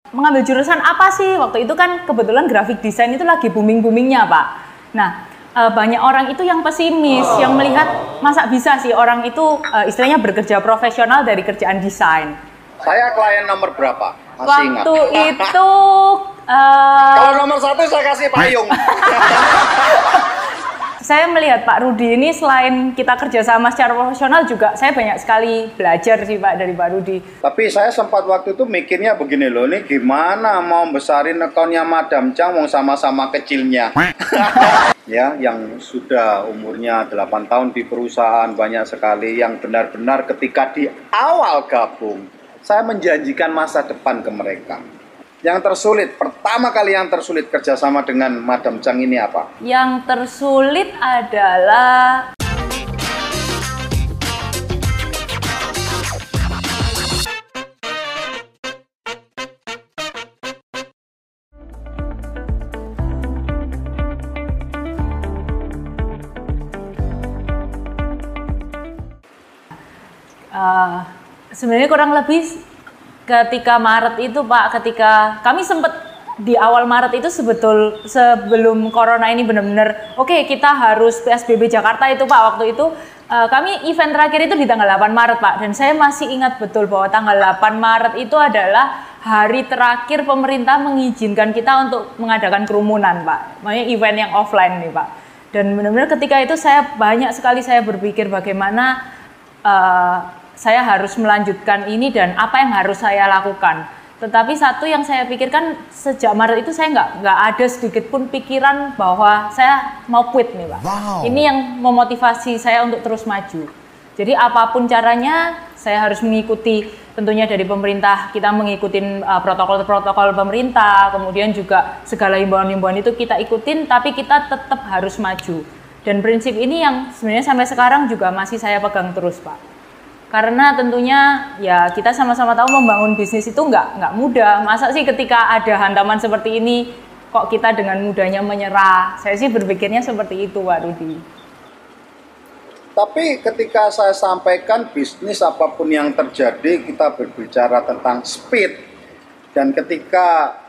mengambil jurusan apa sih? Waktu itu kan kebetulan graphic design itu lagi booming-boomingnya, Pak. Nah, banyak orang itu yang pesimis, yang melihat masa bisa sih orang itu istilahnya bekerja profesional dari kerjaan desain. Saya klien nomor berapa? Masih Waktu ingat? itu Kalau nomor 1 saya kasih payung. saya melihat Pak Rudi ini selain kita kerjasama secara profesional juga saya banyak sekali belajar sih Pak dari Pak Rudi. Tapi saya sempat waktu itu mikirnya begini loh, ini gimana mau besarin akunnya Madam Chang wong sama-sama kecilnya. Ya, yang sudah umurnya 8 tahun di perusahaan banyak sekali yang benar-benar ketika di awal gabung saya menjanjikan masa depan ke mereka. Yang tersulit, pertama kali yang tersulit kerjasama dengan Madam Chang ini apa? Yang tersulit adalah sebenarnya kurang lebih ketika Maret itu Pak, ketika kami sempat di awal Maret itu sebelum corona ini benar-benar oke, kita harus PSBB Jakarta itu Pak, waktu itu kami event terakhir itu di tanggal 8 Maret Pak, dan saya masih ingat betul bahwa tanggal 8 Maret itu adalah hari terakhir pemerintah mengizinkan kita untuk mengadakan kerumunan Pak, makanya event yang offline nih Pak. Dan benar-benar ketika itu banyak sekali saya berpikir bagaimana saya harus melanjutkan ini dan apa yang harus saya lakukan. Tetapi satu yang saya pikirkan sejak Maret itu saya nggak ada sedikit pun pikiran bahwa saya mau quit nih Pak. Wow. Ini yang memotivasi saya untuk terus maju. Jadi apapun caranya saya harus mengikuti, tentunya dari pemerintah kita mengikuti protokol-protokol pemerintah, kemudian juga segala himbauan-himbauan itu kita ikutin, tapi kita tetap harus maju. Dan prinsip ini yang sebenarnya sampai sekarang juga masih saya pegang terus Pak. Karena tentunya ya kita sama-sama tahu membangun bisnis itu nggak mudah. Masa sih ketika ada hantaman seperti ini kok kita dengan mudahnya menyerah? Saya sih berpikirnya seperti itu Pak Rudi. Tapi ketika saya sampaikan bisnis apapun yang terjadi kita berbicara tentang speed. Dan ketika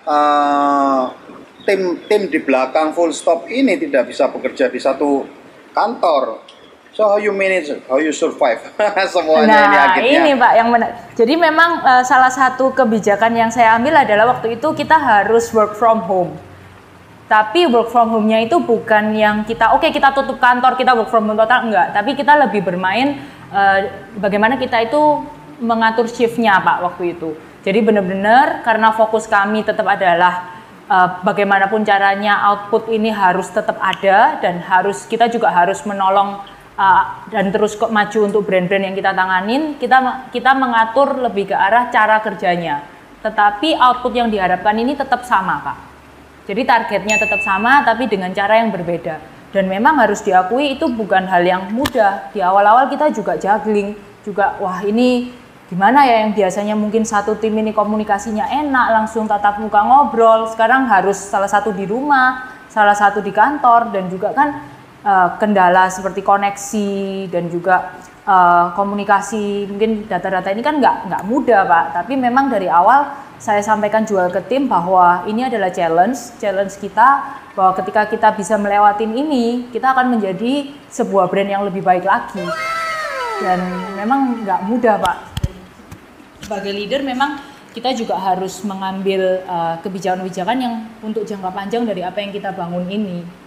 tim di belakang Full Stop ini tidak bisa bekerja di satu kantor. So how you manage it? How you survive? Semuanya ini akhirnya. Ini Pak yang menarik. Jadi memang salah satu kebijakan yang saya ambil adalah waktu itu kita harus work from home. Tapi work from home-nya itu bukan yang kita kita tutup kantor, kita work from home total, enggak. Tapi kita lebih bermain bagaimana kita itu mengatur shift-nya Pak waktu itu. Jadi benar-benar karena fokus kami tetap adalah bagaimanapun caranya output ini harus tetap ada dan kita juga harus menolong dan terus maju untuk brand-brand yang kita tanganin, kita mengatur lebih ke arah cara kerjanya. Tetapi output yang diharapkan ini tetap sama, Pak. Jadi targetnya tetap sama, tapi dengan cara yang berbeda. Dan memang harus diakui itu bukan hal yang mudah. Di awal-awal kita juga juggling, juga wah ini gimana ya yang biasanya mungkin satu tim ini komunikasinya enak, langsung tatap muka ngobrol, sekarang harus salah satu di rumah, salah satu di kantor, dan juga kan kendala seperti koneksi dan juga komunikasi, mungkin data-data ini kan nggak mudah Pak, tapi memang dari awal saya sampaikan juga ke tim bahwa ini adalah challenge kita, bahwa ketika kita bisa melewatin ini, kita akan menjadi sebuah brand yang lebih baik lagi. Dan memang nggak mudah Pak. Sebagai leader memang kita juga harus mengambil kebijakan-kebijakan yang untuk jangka panjang dari apa yang kita bangun ini.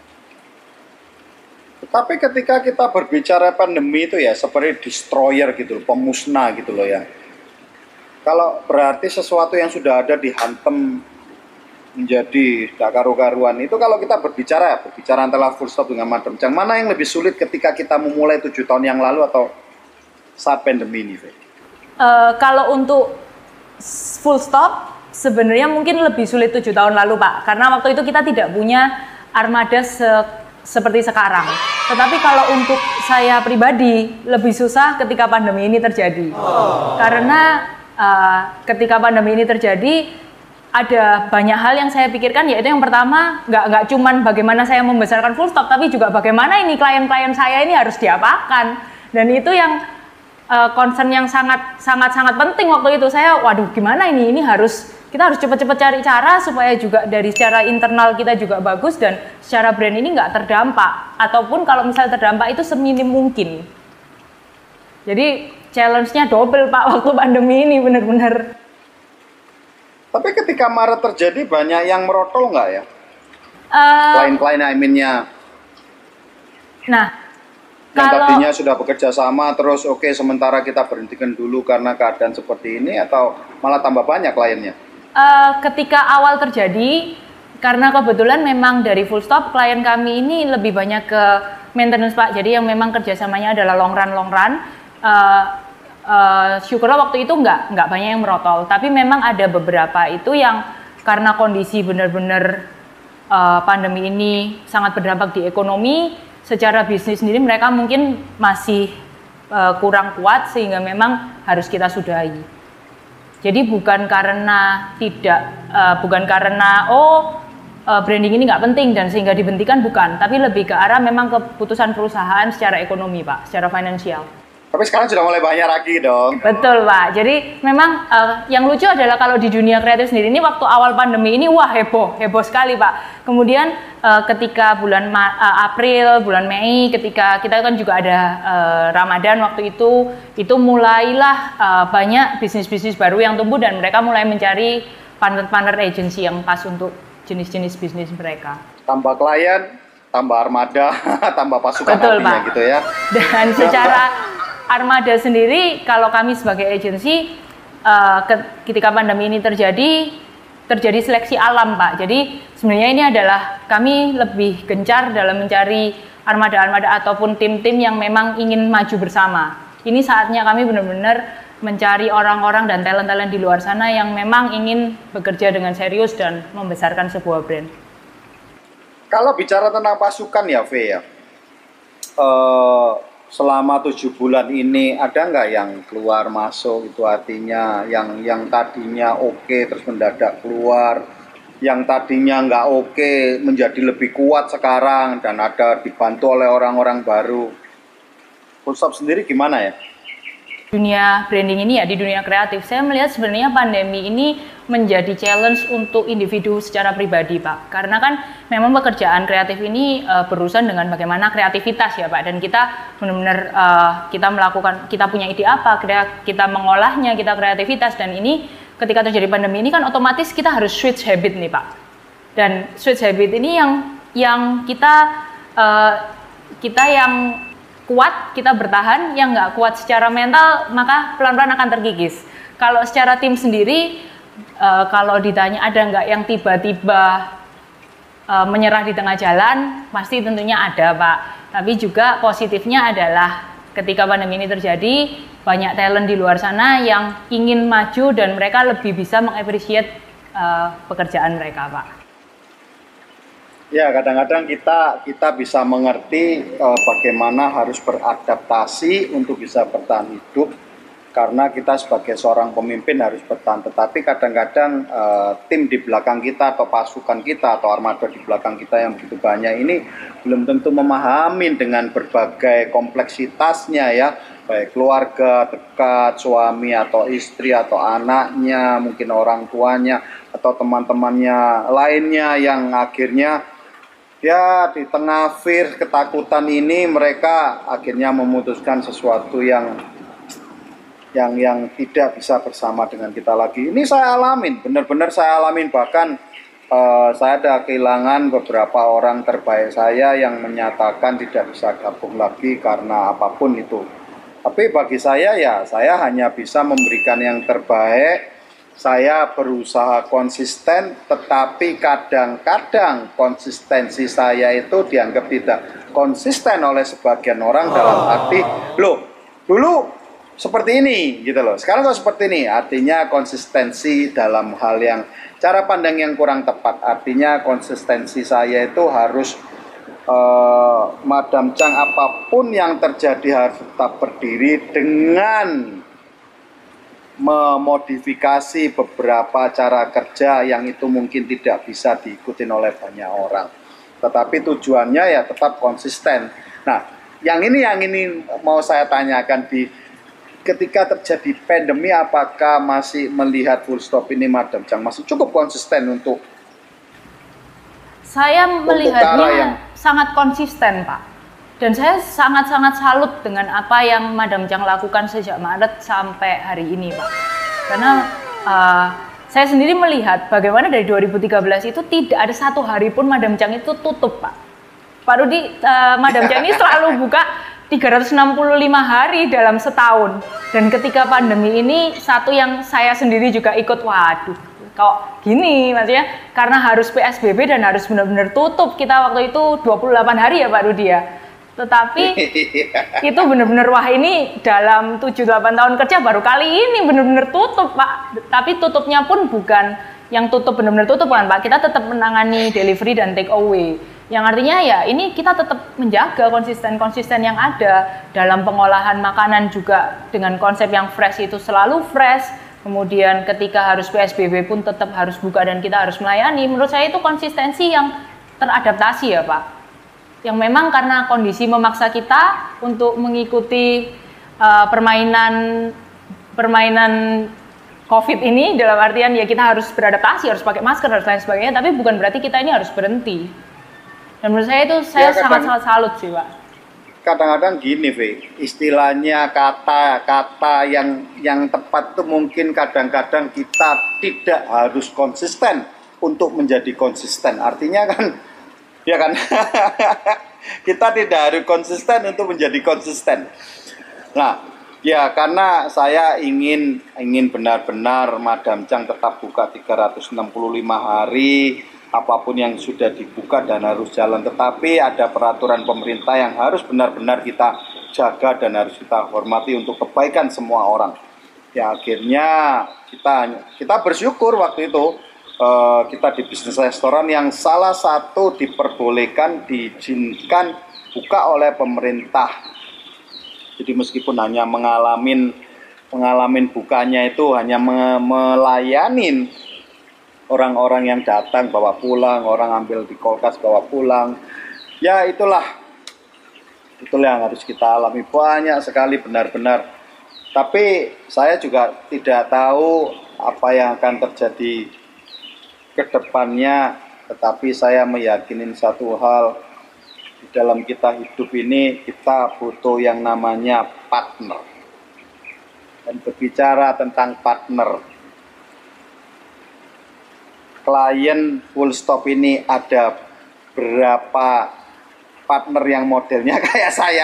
Tapi ketika kita berbicara pandemi itu ya seperti destroyer gitu loh, pemusnah gitu loh ya. Kalau berarti sesuatu yang sudah ada dihantam menjadi gak karu-karuan, itu kalau kita berbicara antara Full Stop dengan Madam Chang, mana yang lebih sulit ketika kita memulai 7 tahun yang lalu atau saat pandemi ini? Kalau untuk Full Stop sebenarnya mungkin lebih sulit 7 tahun lalu Pak, karena waktu itu kita tidak punya armada seperti sekarang. Tetapi kalau untuk saya pribadi lebih susah ketika pandemi ini terjadi. Karena ketika pandemi ini terjadi ada banyak hal yang saya pikirkan, yaitu yang pertama nggak cuman bagaimana saya membesarkan Full Stop, tapi juga bagaimana ini klien-klien saya ini harus diapakan. Dan itu yang concern yang sangat penting waktu itu. Saya waduh gimana ini kita harus cepat-cepat cari cara supaya juga dari secara internal kita juga bagus dan secara brand ini nggak terdampak, ataupun kalau misalnya terdampak itu seminim mungkin. Jadi challenge-nya double Pak waktu pandemi ini benar-benar. Tapi ketika Maret terjadi banyak yang merotol nggak ya? Klien-klien I-nya. Nah, yang tadinya sudah bekerja sama terus oke, sementara kita berhentikan dulu karena keadaan seperti ini, atau malah tambah banyak kliennya? Ketika awal terjadi, karena kebetulan memang dari Full Stop klien kami ini lebih banyak ke maintenance Pak, jadi yang memang kerjasamanya adalah long run. Syukurlah waktu itu nggak banyak yang merotol, tapi memang ada beberapa itu yang karena kondisi benar-benar pandemi ini sangat berdampak di ekonomi, secara bisnis sendiri mereka mungkin masih kurang kuat sehingga memang harus kita sudahi. Jadi bukan karena branding ini nggak penting dan sehingga dihentikan, bukan, tapi lebih ke arah memang keputusan perusahaan secara ekonomi Pak, secara finansial. Tapi sekarang sudah mulai banyak lagi dong. Betul Pak, jadi memang yang lucu adalah kalau di dunia kreatif sendiri ini waktu awal pandemi ini wah heboh sekali Pak. Kemudian ketika bulan April, bulan Mei, ketika kita kan juga ada Ramadan waktu itu mulailah banyak bisnis-bisnis baru yang tumbuh dan mereka mulai mencari partner agency yang pas untuk jenis-jenis bisnis mereka. Tambah klien, tambah armada, tambah pasukan artinya gitu ya. Dan secara armada sendiri, kalau kami sebagai agensi, ketika pandemi ini terjadi seleksi alam Pak. Jadi sebenarnya ini adalah kami lebih gencar dalam mencari armada-armada ataupun tim-tim yang memang ingin maju bersama. Ini saatnya kami benar-benar mencari orang-orang dan talent-talent di luar sana yang memang ingin bekerja dengan serius dan membesarkan sebuah brand. Kalau bicara tentang pasukan ya V ya, selama 7 bulan ini ada nggak yang keluar masuk, itu artinya yang tadinya oke terus mendadak keluar, yang tadinya nggak oke menjadi lebih kuat sekarang dan ada dibantu oleh orang-orang baru. Full Stop sendiri gimana ya? Dunia branding ini ya, di dunia kreatif saya melihat sebenarnya pandemi ini menjadi challenge untuk individu secara pribadi Pak, karena kan memang pekerjaan kreatif ini berurusan dengan bagaimana kreativitas ya Pak, dan kita benar-benar kita punya ide apa, kita mengolahnya, kita kreativitas, dan ini ketika terjadi pandemi ini kan otomatis kita harus switch habit nih Pak, dan switch habit ini yang kita yang kuat, kita bertahan, yang nggak kuat secara mental maka pelan-pelan akan terkikis. Kalau secara tim sendiri, kalau ditanya ada nggak yang tiba-tiba menyerah di tengah jalan, pasti tentunya ada Pak. Tapi juga positifnya adalah ketika pandemi ini terjadi, banyak talent di luar sana yang ingin maju dan mereka lebih bisa mengapresiasi pekerjaan mereka Pak. Ya, kadang-kadang kita bisa mengerti bagaimana harus beradaptasi untuk bisa bertahan hidup, karena kita sebagai seorang pemimpin harus bertahan. Tetapi kadang-kadang tim di belakang kita atau pasukan kita atau armada di belakang kita yang begitu banyak ini belum tentu memahami dengan berbagai kompleksitasnya ya, baik keluarga dekat, suami atau istri atau anaknya, mungkin orang tuanya atau teman-temannya lainnya, yang akhirnya ya di tengah fear, ketakutan ini mereka akhirnya memutuskan sesuatu yang tidak bisa bersama dengan kita lagi. Ini saya alamin, benar-benar saya alamin. Bahkan saya ada kehilangan beberapa orang terbaik saya yang menyatakan tidak bisa gabung lagi karena apapun itu. Tapi bagi saya ya, saya hanya bisa memberikan yang terbaik. Saya berusaha konsisten, tetapi kadang-kadang konsistensi saya itu dianggap tidak konsisten oleh sebagian orang, dalam arti, loh, dulu seperti ini, gitu loh. Sekarang kok seperti ini, artinya konsistensi dalam hal yang, cara pandang yang kurang tepat. Artinya konsistensi saya itu harus, Madam Chang, apapun yang terjadi harus tetap berdiri dengan memodifikasi beberapa cara kerja yang itu mungkin tidak bisa diikuti oleh banyak orang, tetapi tujuannya ya tetap konsisten. Nah, yang ini mau saya tanyakan, di ketika terjadi pandemi, apakah masih melihat Full Stop ini Madam Chang masih cukup konsisten untuk Saya melihatnya yang... sangat konsisten, Pak. Dan saya sangat-sangat salut dengan apa yang Madam Chang lakukan sejak Maret sampai hari ini, Pak. Karena saya sendiri melihat bagaimana dari 2013 itu tidak ada satu hari pun Madam Chang itu tutup, Pak. Pak Rudi, Madam Chang ini selalu buka 365 hari dalam setahun. Dan ketika pandemi ini, satu yang saya sendiri juga ikut, waduh, kok gini maksudnya, karena harus PSBB dan harus benar-benar tutup. Kita waktu itu 28 hari ya Pak Rudi ya. Tetapi itu benar-benar, wah ini dalam 7-8 tahun kerja baru kali ini benar-benar tutup Pak. Tapi tutupnya pun bukan yang tutup benar-benar tutup kan Pak. Kita tetap menangani delivery dan take away. Yang artinya ya ini kita tetap menjaga konsisten yang ada dalam pengolahan makanan juga dengan konsep yang fresh itu selalu fresh. Kemudian ketika harus PSBB pun tetap harus buka dan kita harus melayani. Menurut saya itu konsistensi yang teradaptasi ya Pak. Yang memang karena kondisi memaksa kita untuk mengikuti permainan COVID ini, dalam artian ya kita harus beradaptasi, harus pakai masker, harus lain sebagainya. Tapi bukan berarti kita ini harus berhenti. Dan menurut saya itu saya sangat-sangat salut sih Pak. Kadang-kadang gini, V, istilahnya kata-kata yang tepat itu mungkin kadang-kadang kita tidak harus konsisten untuk menjadi konsisten. Artinya kan, ya kan, kita tidak harus konsisten untuk menjadi konsisten. Nah, ya karena saya ingin benar-benar Madam Chang tetap buka 365 hari, apapun yang sudah dibuka dan harus jalan, tetapi ada peraturan pemerintah yang harus benar-benar kita jaga dan harus kita hormati untuk kebaikan semua orang. Ya akhirnya kita bersyukur waktu itu kita di bisnis restoran yang salah satu diizinkan buka oleh pemerintah. Jadi meskipun hanya mengalami bukanya itu hanya melayanin orang-orang yang datang bawa pulang, orang ambil di kulkas bawa pulang. Ya itulah yang harus kita alami, banyak sekali benar-benar. Tapi saya juga tidak tahu apa yang akan terjadi ke depannya, tetapi saya meyakini satu hal, di dalam kita hidup ini kita butuh yang namanya partner. Dan berbicara tentang partner, klien Full Stop ini ada berapa partner yang modelnya kayak saya?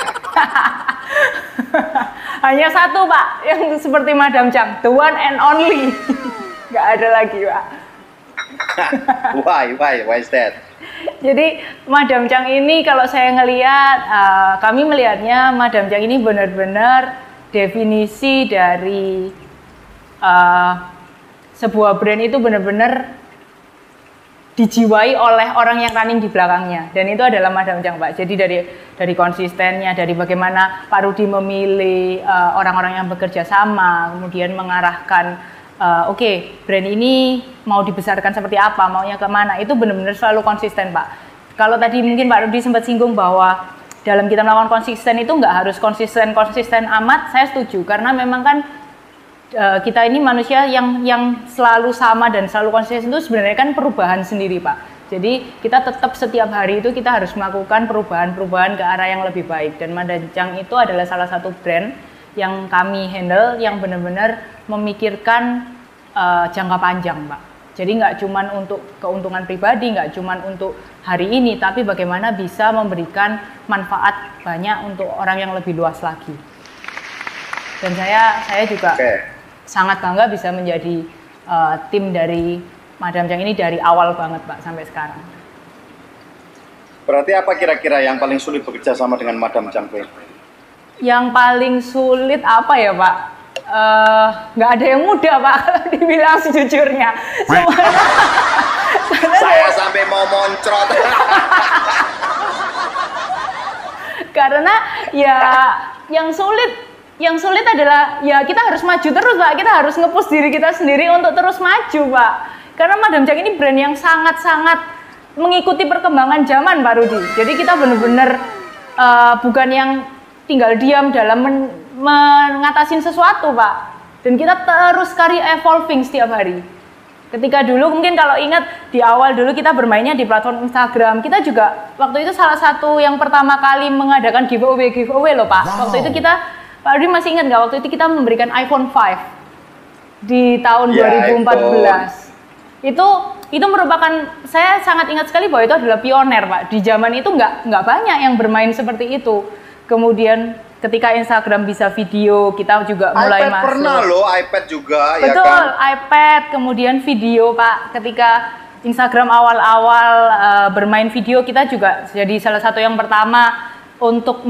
Hanya satu Pak, yang seperti Madam Chang, the one and only. Nggak ada lagi Pak. Why is that? Jadi Madam Chang ini kalau saya ngelihat, kami melihatnya Madam Chang ini benar-benar definisi dari sebuah brand itu benar-benar dijiwai oleh orang yang running di belakangnya, dan itu adalah Madam Chang Pak. Jadi dari konsistennya, dari bagaimana Pak Rudi memilih orang-orang yang bekerja sama, kemudian mengarahkan oke, brand ini mau dibesarkan seperti apa, maunya kemana, itu benar-benar selalu konsisten Pak. Kalau tadi mungkin Pak Rudi sempat singgung bahwa dalam kita melakukan konsisten itu nggak harus konsisten amat, saya setuju, karena memang kan kita ini manusia yang selalu sama dan selalu konsisten itu sebenarnya kan perubahan sendiri Pak. Jadi kita tetap setiap hari itu kita harus melakukan perubahan ke arah yang lebih baik. Dan Madam Chang itu adalah salah satu brand yang kami handle yang benar-benar memikirkan jangka panjang Pak. Jadi nggak cuma untuk keuntungan pribadi, nggak cuma untuk hari ini, tapi bagaimana bisa memberikan manfaat banyak untuk orang yang lebih luas lagi. Dan saya juga sangat bangga bisa menjadi tim dari Madam Chang ini dari awal banget Pak sampai sekarang. Berarti apa kira-kira yang paling sulit bekerja sama dengan Madam Chang? Yang paling sulit apa ya Pak? Nggak ada yang mudah Pak kalau dibilang sejujurnya. Saya sampai mau moncrot. Karena ya yang sulit adalah ya kita harus maju terus Pak, kita harus nge-push diri kita sendiri untuk terus maju Pak. Karena Madam Chang ini brand yang sangat-sangat mengikuti perkembangan zaman Pak Rudi. Jadi kita benar-benar bukan yang tinggal diam dalam mengatasin sesuatu, Pak. Dan kita terus sekali evolving setiap hari. Ketika dulu mungkin kalau ingat di awal dulu kita bermainnya di platform Instagram, kita juga waktu itu salah satu yang pertama kali mengadakan giveaway loh, Pak. Wow. Waktu itu Pak Rudi masih ingat nggak? Waktu itu kita memberikan iPhone 5 di tahun 2014. Itu merupakan, saya sangat ingat sekali bahwa itu adalah pioner, Pak. Di zaman itu nggak banyak yang bermain seperti itu. Kemudian ketika Instagram bisa video, kita juga mulai iPad masuk. pernah loh, iPad juga. Betul, ya kan? iPad, kemudian video, Pak. Ketika Instagram awal-awal bermain video, kita juga jadi salah satu yang pertama untuk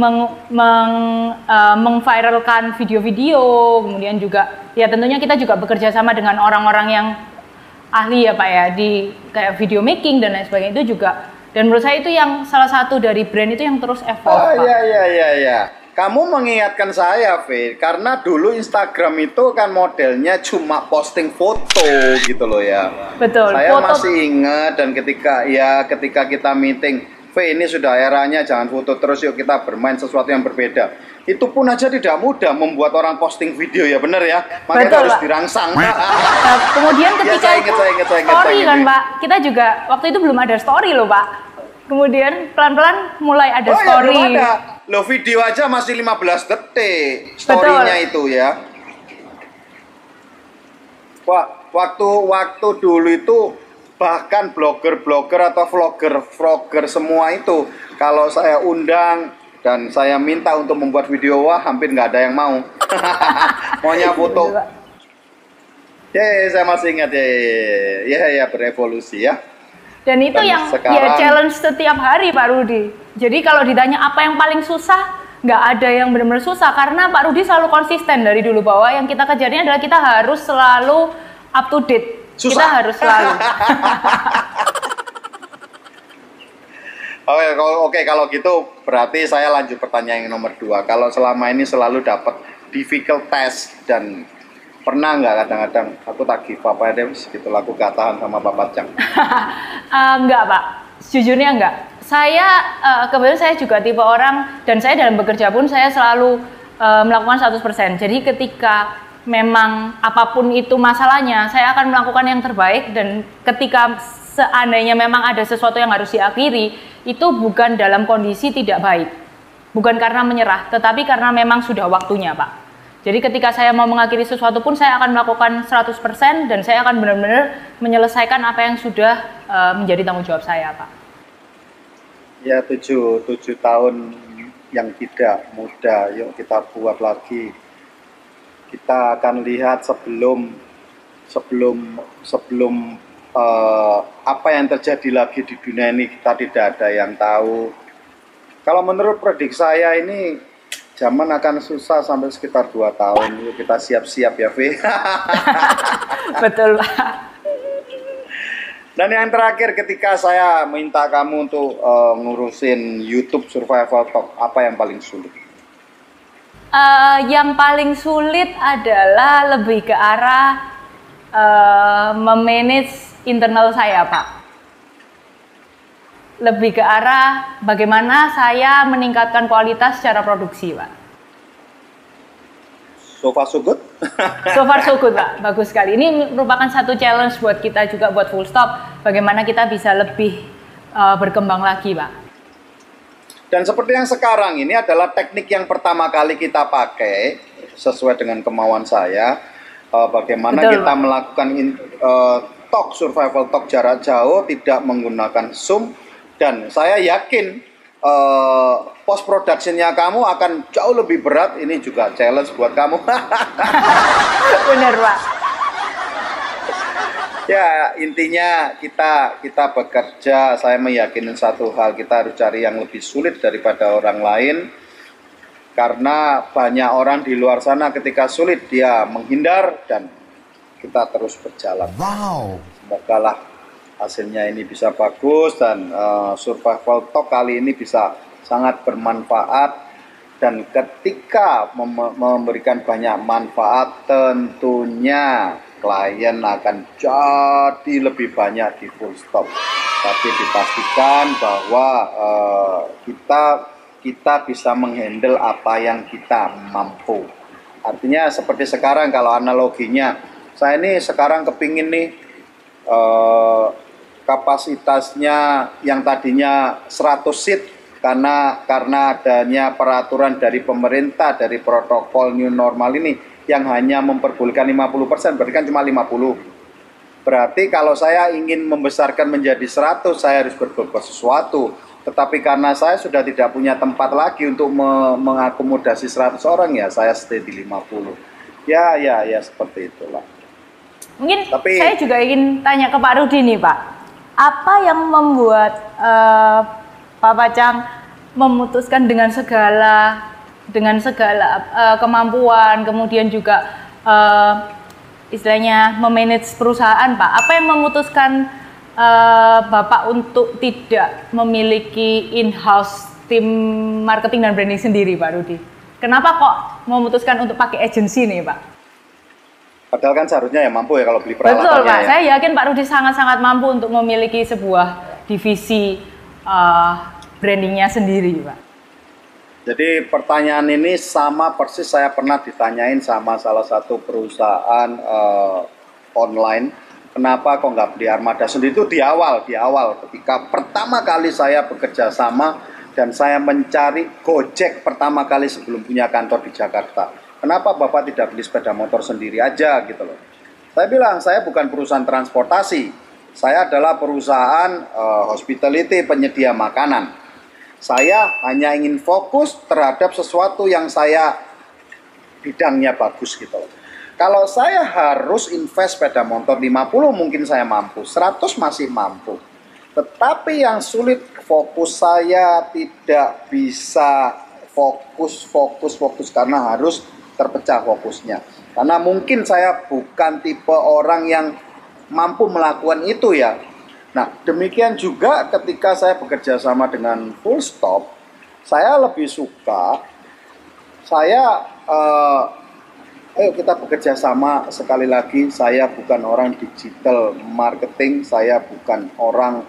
mengviralkan video-video. Kemudian juga, ya tentunya kita juga bekerja sama dengan orang-orang yang ahli ya Pak ya, di kayak video making dan lain sebagainya itu juga. Dan menurut saya itu yang salah satu dari brand itu yang terus evolve, Pak. Iya. Kamu mengingatkan saya, V, karena dulu Instagram itu kan modelnya cuma posting foto gitu loh ya. Betul. Saya Foto. masih ingat, dan ketika kita meeting, V, ini sudah eranya jangan foto terus, yuk kita bermain sesuatu yang berbeda. Itu pun aja tidak mudah membuat orang posting video, ya bener ya. Makanya Betul, harus Pak. dirangsang. Kemudian ketika saya ingat, story kan Pak, kita juga waktu itu belum ada story loh Pak. Kemudian pelan-pelan mulai ada story. Ya, belum ada. Loh, video aja masih 15 detik story-nya itu ya. Waktu dulu itu bahkan blogger atau vlogger semua itu kalau saya undang dan saya minta untuk membuat video, wah hampir nggak ada yang mau. Maunya foto. Saya masih ingat ya berevolusi ya. Dan itu Dan yang sekarang, ya challenge setiap hari Pak Rudi. Jadi kalau ditanya apa yang paling susah, nggak ada yang benar-benar susah karena Pak Rudi selalu konsisten dari dulu bahwa yang kita kejarnya adalah kita harus selalu up to date. Susah. Kita harus selalu. Oke, kalau gitu berarti saya lanjut pertanyaan yang nomor 2. Kalau selama ini selalu dapat difficult test dan pernah nggak kadang-kadang aku tak give up aja gitu, aku gak tahan sama Bapak Cang? Enggak Pak, sejujurnya enggak. Saya kebetulan saya juga tipe orang dan saya dalam bekerja pun saya selalu melakukan 100%. Jadi ketika memang apapun itu masalahnya, saya akan melakukan yang terbaik, dan ketika seandainya memang ada sesuatu yang harus diakhiri, itu bukan dalam kondisi tidak baik. Bukan karena menyerah, tetapi karena memang sudah waktunya, Pak. Jadi ketika saya mau mengakhiri sesuatu pun saya akan melakukan 100% dan saya akan benar-benar menyelesaikan apa yang sudah menjadi tanggung jawab saya, Pak. Ya, 7 tahun yang tidak mudah, yuk kita buat lagi. Kita akan lihat sebelum apa yang terjadi lagi di dunia ini, kita tidak ada yang tahu. Kalau menurut prediksi saya ini zaman akan susah sampai sekitar 2 tahun. Yuk kita siap-siap ya, V. Betul, Pak. Dan yang terakhir, ketika saya minta kamu untuk ngurusin YouTube Survival Talk, apa yang paling sulit? Yang paling sulit adalah lebih ke arah memanage internal saya, Pak. Lebih ke arah bagaimana saya meningkatkan kualitas secara produksi, Pak. So far so good? So far so good, Pak. Bagus sekali. Ini merupakan satu challenge buat kita juga, buat Full Stop. Bagaimana kita bisa lebih berkembang lagi, Pak. Dan seperti yang sekarang ini adalah teknik yang pertama kali kita pakai sesuai dengan kemauan saya. Bagaimana Betul, kita Pak. melakukan talk, survival talk jarak jauh, tidak menggunakan Zoom. Dan saya yakin post productionnya kamu akan jauh lebih berat. Ini juga challenge buat kamu. Bener, Pak. Ya, intinya kita bekerja. Saya meyakini satu hal, kita harus cari yang lebih sulit daripada orang lain. Karena banyak orang di luar sana ketika sulit dia menghindar, dan kita terus berjalan. Wow. Semoga lah hasilnya ini bisa bagus, dan survival talk kali ini bisa sangat bermanfaat. Dan ketika memberikan banyak manfaat, tentunya klien akan jadi lebih banyak di Full Stop. Tapi dipastikan bahwa kita kita bisa menghandle apa yang kita mampu. Artinya seperti sekarang kalau analoginya, saya ini sekarang kepingin nih kapasitasnya yang tadinya 100 seat karena adanya peraturan dari pemerintah dari protokol new normal ini yang hanya memperbolehkan 50%, berarti kan cuma 50. Berarti kalau saya ingin membesarkan menjadi 100, saya harus berbuat sesuatu. Tetapi karena saya sudah tidak punya tempat lagi untuk mengakomodasi 100 orang, ya saya stay di 50. Ya seperti itulah. Mungkin saya juga ingin tanya ke Pak Rudi nih Pak. Apa yang membuat Pak Pacang memutuskan dengan segala kemampuan, kemudian juga istilahnya memanage perusahaan Pak, apa yang memutuskan Bapak untuk tidak memiliki in-house tim marketing dan branding sendiri Pak Rudi? Kenapa kok memutuskan untuk pakai agensi nih Pak? Padahal kan seharusnya ya mampu ya kalau beli peralatannya. Betul Pak, ya. saya yakin Pak Rudi sangat-sangat mampu untuk memiliki sebuah divisi brandingnya sendiri Pak. Jadi pertanyaan ini sama persis saya pernah ditanyain sama salah satu perusahaan online. Kenapa kok nggak beli armada sendiri? Itu di awal ketika pertama kali saya bekerja sama dan saya mencari Gojek pertama kali sebelum punya kantor di Jakarta. Kenapa Bapak tidak beli sepeda motor sendiri aja gitu loh? Saya bilang saya bukan perusahaan transportasi. Saya adalah perusahaan hospitality, penyedia makanan. Saya hanya ingin fokus terhadap sesuatu yang saya bidangnya bagus gitu loh. Kalau saya harus invest sepeda motor 50 mungkin saya mampu, 100 masih mampu. Tetapi yang sulit fokus saya tidak bisa fokus karena harus terpecah fokusnya. Karena mungkin saya bukan tipe orang yang mampu melakukan itu ya. Nah, demikian juga ketika saya bekerja sama dengan Full Stop, saya lebih suka, ayo kita bekerja sama sekali lagi, saya bukan orang digital marketing, saya bukan orang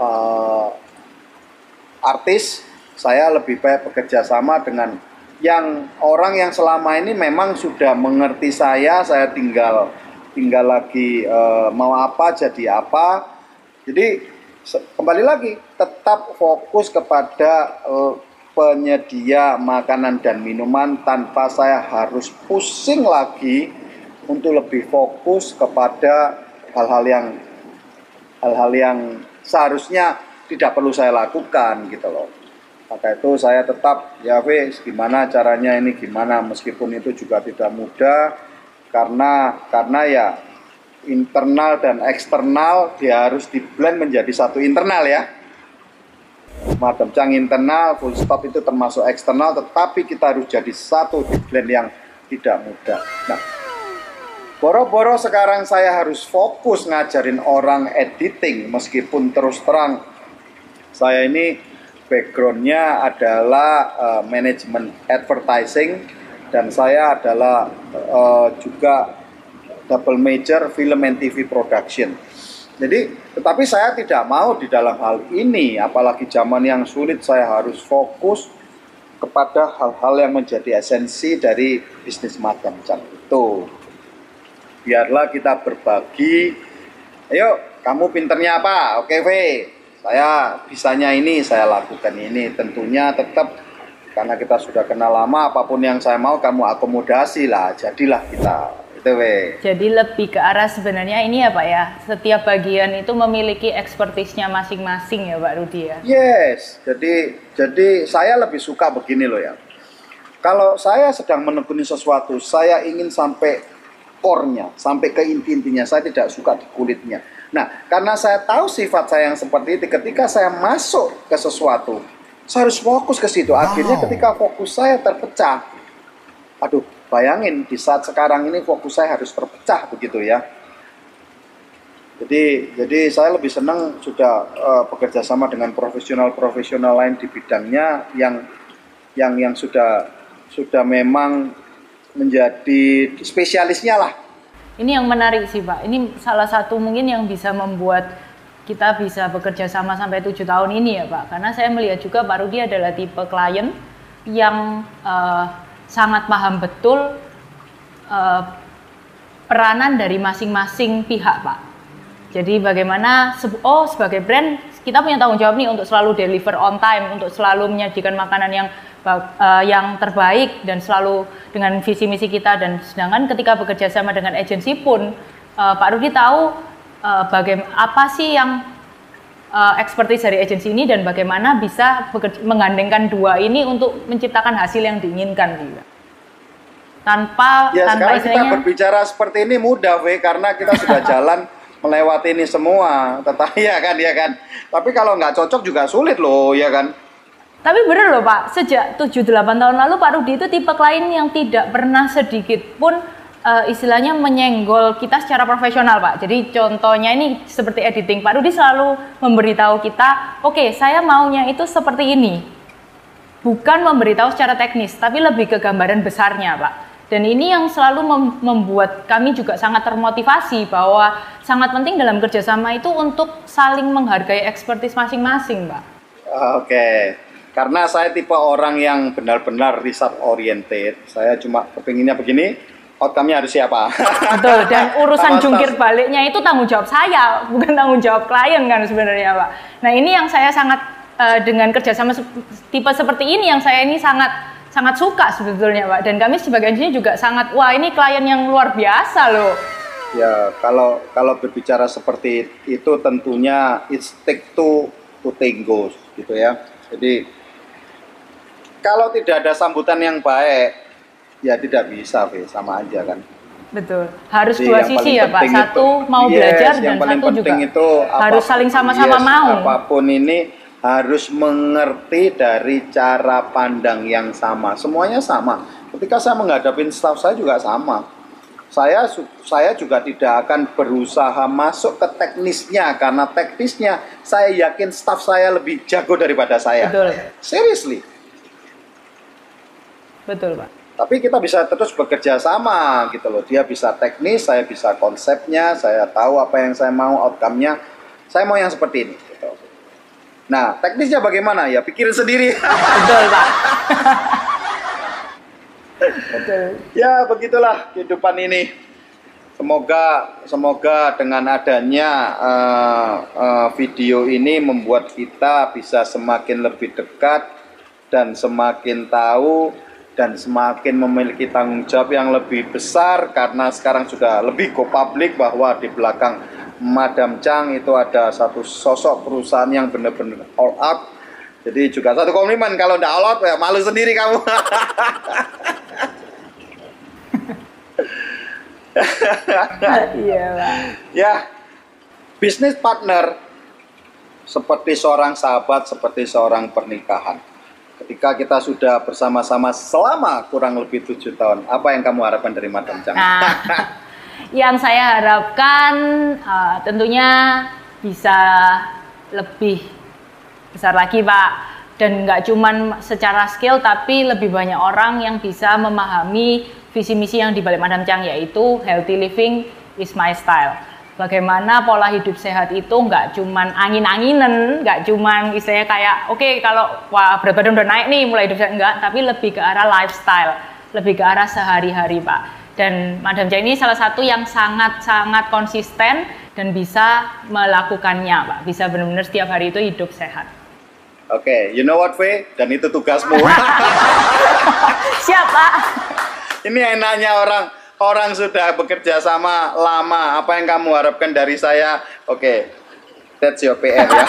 artis, saya lebih baik bekerja sama dengan orang yang selama ini memang sudah mengerti saya tinggal lagi mau apa jadi apa. Jadi kembali lagi tetap fokus kepada penyedia makanan dan minuman tanpa saya harus pusing lagi untuk lebih fokus kepada hal-hal yang seharusnya tidak perlu saya lakukan gitu loh. Maka itu saya tetap gimana caranya ini gimana, meskipun itu juga tidak mudah karena ya internal dan eksternal dia harus diblend menjadi satu internal ya. Madam Chang internal, Full Stop itu termasuk eksternal, tetapi kita harus jadi satu di blend yang tidak mudah. Nah, boro-boro sekarang saya harus fokus ngajarin orang editing, meskipun terus terang saya ini backgroundnya adalah manajemen advertising dan saya adalah juga double major film and TV production. Jadi, tetapi saya tidak mau di dalam hal ini, apalagi zaman yang sulit, saya harus fokus kepada hal-hal yang menjadi esensi dari bisnis Madam Chang itu. Biarlah kita berbagi. Ayo, kamu pinternya apa? Oke, V. Saya bisanya ini, saya lakukan ini. Tentunya tetap karena kita sudah kenal lama, apapun yang saya mau kamu akomodasi lah. Jadilah kita. Jadi lebih ke arah sebenarnya ini ya Pak ya, setiap bagian itu memiliki ekspertisnya masing-masing ya Pak Rudi ya. Yes, jadi saya lebih suka begini loh ya. Kalau saya sedang menekuni sesuatu, saya ingin sampai core-nya, sampai ke inti-intinya. Saya tidak suka di kulitnya. Nah, karena saya tahu sifat saya yang seperti itu, ketika saya masuk ke sesuatu, saya harus fokus ke situ. Akhirnya ketika fokus saya terpecah, aduh, bayangin di saat sekarang ini fokus saya harus terpecah begitu ya. Jadi saya lebih senang sudah bekerja sama dengan profesional lain di bidangnya yang sudah memang menjadi spesialisnya lah. Ini yang menarik sih Pak. Ini salah satu mungkin yang bisa membuat kita bisa bekerja sama sampai 7 tahun ini ya Pak. Karena saya melihat juga Pak Rudi adalah tipe klien yang sangat paham betul peranan dari masing-masing pihak Pak. Jadi bagaimana, sebagai brand kita punya tanggung jawab nih untuk selalu deliver on time, untuk selalu menyajikan makanan yang terbaik dan selalu dengan visi misi kita. Dan sedangkan ketika bekerja sama dengan agensi pun Pak Rudi tahu apa sih yang expertise dari agensi ini dan bagaimana bisa menggandengkan dua ini untuk menciptakan hasil yang diinginkan juga. Tanpa sekarang kita berbicara seperti ini mudah, karena kita sudah jalan melewati ini semua. Tetapi ya kan. Tapi kalau nggak cocok juga sulit loh, ya kan. Tapi bener loh Pak, sejak 7-8 tahun lalu Pak Rudi itu tipe klien yang tidak pernah sedikit pun istilahnya menyenggol kita secara profesional Pak. Jadi contohnya ini seperti editing, Pak Rudi selalu memberitahu kita, oke, saya maunya itu seperti ini. Bukan memberitahu secara teknis, tapi lebih ke gambaran besarnya Pak. Dan ini yang selalu membuat kami juga sangat termotivasi bahwa sangat penting dalam kerjasama itu untuk saling menghargai expertise masing-masing, Pak. Oke, karena saya tipe orang yang benar-benar result oriented. Saya cuma kepinginnya begini, outcome-nya harus siapa? Betul, dan urusan jungkir baliknya itu tanggung jawab saya, bukan tanggung jawab klien kan sebenarnya, Pak. Nah ini yang saya sangat, dengan kerjasama tipe seperti ini yang saya ini sangat suka sebetulnya Pak, dan kami sebagai engineer juga sangat, wah ini klien yang luar biasa loh. Ya, kalau berbicara seperti itu tentunya it's take two to tango gitu ya. Jadi kalau tidak ada sambutan yang baik ya tidak bisa, sama aja kan. Betul, harus dua sisi ya Pak, satu mau belajar dan satu juga itu harus saling sama-sama mau. Apapun ini harus mengerti dari cara pandang yang sama. Semuanya sama. Ketika saya menghadapi staff saya juga sama. Saya juga tidak akan berusaha masuk ke teknisnya, karena teknisnya saya yakin staff saya lebih jago daripada saya. Betul. Seriously. Betul Pak. Tapi kita bisa terus bekerja sama gitu loh. Dia bisa teknis, saya bisa konsepnya, saya tahu apa yang saya mau, outcome-nya. Saya mau yang seperti ini. Gitu. Nah, teknisnya bagaimana? Ya pikirin sendiri. Betul, Pak. Betul. Ya, begitulah kehidupan ini. Semoga dengan adanya video ini membuat kita bisa semakin lebih dekat dan semakin tahu dan semakin memiliki tanggung jawab yang lebih besar, karena sekarang sudah lebih go public bahwa di belakang Madam Chang itu ada satu sosok perusahaan yang benar-benar all out. Jadi juga satu komplimen, kalau nggak all out ya malu sendiri kamu. Iya Pak. Ya, bisnis partner seperti seorang sahabat, seperti seorang pernikahan. Ketika kita sudah bersama-sama selama kurang lebih 7 tahun, apa yang kamu harapkan dari Madam Chang? Yang saya harapkan tentunya bisa lebih besar lagi Pak, dan nggak cuman secara skill tapi lebih banyak orang yang bisa memahami visi misi yang dibalik Madam Chang, yaitu healthy living is my style. Bagaimana pola hidup sehat itu nggak cuman angin-anginan, nggak cuman istilahnya kayak oke, kalau wah berat badan udah naik nih mulai hidup sehat, enggak, tapi lebih ke arah lifestyle, lebih ke arah sehari-hari Pak. Dan Madam Chang ini salah satu yang sangat-sangat konsisten dan bisa melakukannya Pak, bisa benar-benar setiap hari itu hidup sehat. Oke, you know what Fe? Dan itu tugasmu. Siap Pak. Ini enaknya orang sudah bekerja sama lama. Apa yang kamu harapkan dari saya? Oke, that's your PR ya.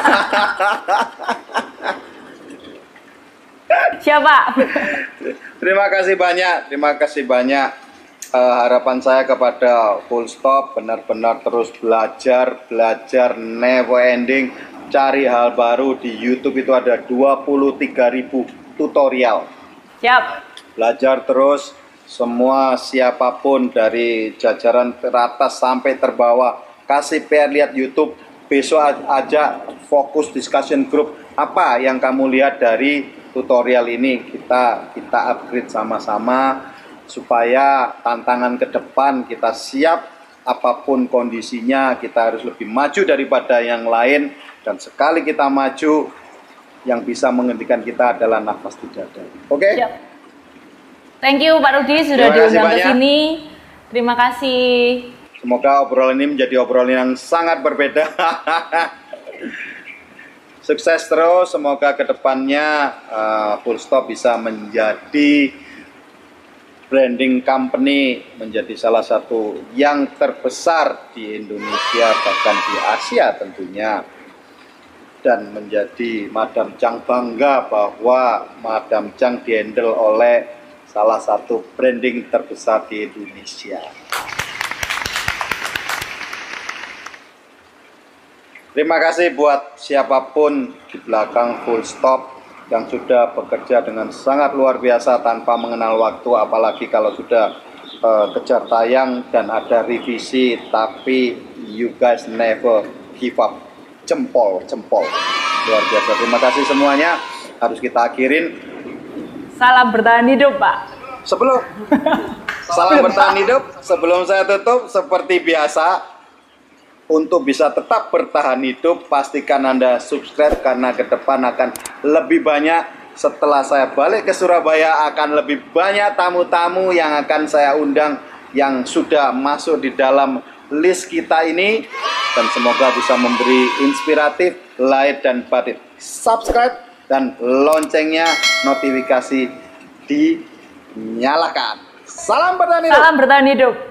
Siap Pak. Terima kasih banyak. Harapan saya kepada Full Stop benar-benar terus belajar, never ending. Cari hal baru di YouTube, itu ada 23.000 tutorial. Siap. Belajar terus. Semua siapapun dari jajaran teratas sampai terbawah, kasih PR lihat YouTube. Besok aja fokus discussion group. Apa yang kamu lihat dari tutorial ini? Kita upgrade sama-sama supaya tantangan ke depan kita siap apapun kondisinya kita harus lebih maju daripada yang lain, dan sekali kita maju, yang bisa menghentikan kita adalah nafas di dada. Oke? Siap. Thank you Pak Rudi sudah diundang ke sini. Terima kasih. Semoga obrolan ini menjadi obrolan yang sangat berbeda. Sukses terus, semoga kedepannya Full Stop bisa menjadi branding company, menjadi salah satu yang terbesar di Indonesia, bahkan di Asia tentunya. Dan menjadi Madam Chang bangga bahwa Madam Chang dihandle oleh salah satu branding terbesar di Indonesia. Terima kasih buat siapapun di belakang Full Stop yang sudah bekerja dengan sangat luar biasa tanpa mengenal waktu, apalagi kalau sudah kejar tayang dan ada revisi, tapi you guys never give up. Jempol luar biasa. Terima kasih semuanya. Harus kita akhirin. Salam bertahan hidup Pak. Salam bertahan hidup. Sebelum saya tutup, seperti biasa, untuk bisa tetap bertahan hidup, pastikan Anda subscribe, karena ke depan akan lebih banyak. Setelah saya balik ke Surabaya, akan lebih banyak tamu-tamu yang akan saya undang yang sudah masuk di dalam list kita ini, dan semoga bisa memberi inspiratif, lahir dan batin. Subscribe dan loncengnya, notifikasi dinyalakan. Salam bertahan hidup. Salam bertahan hidup.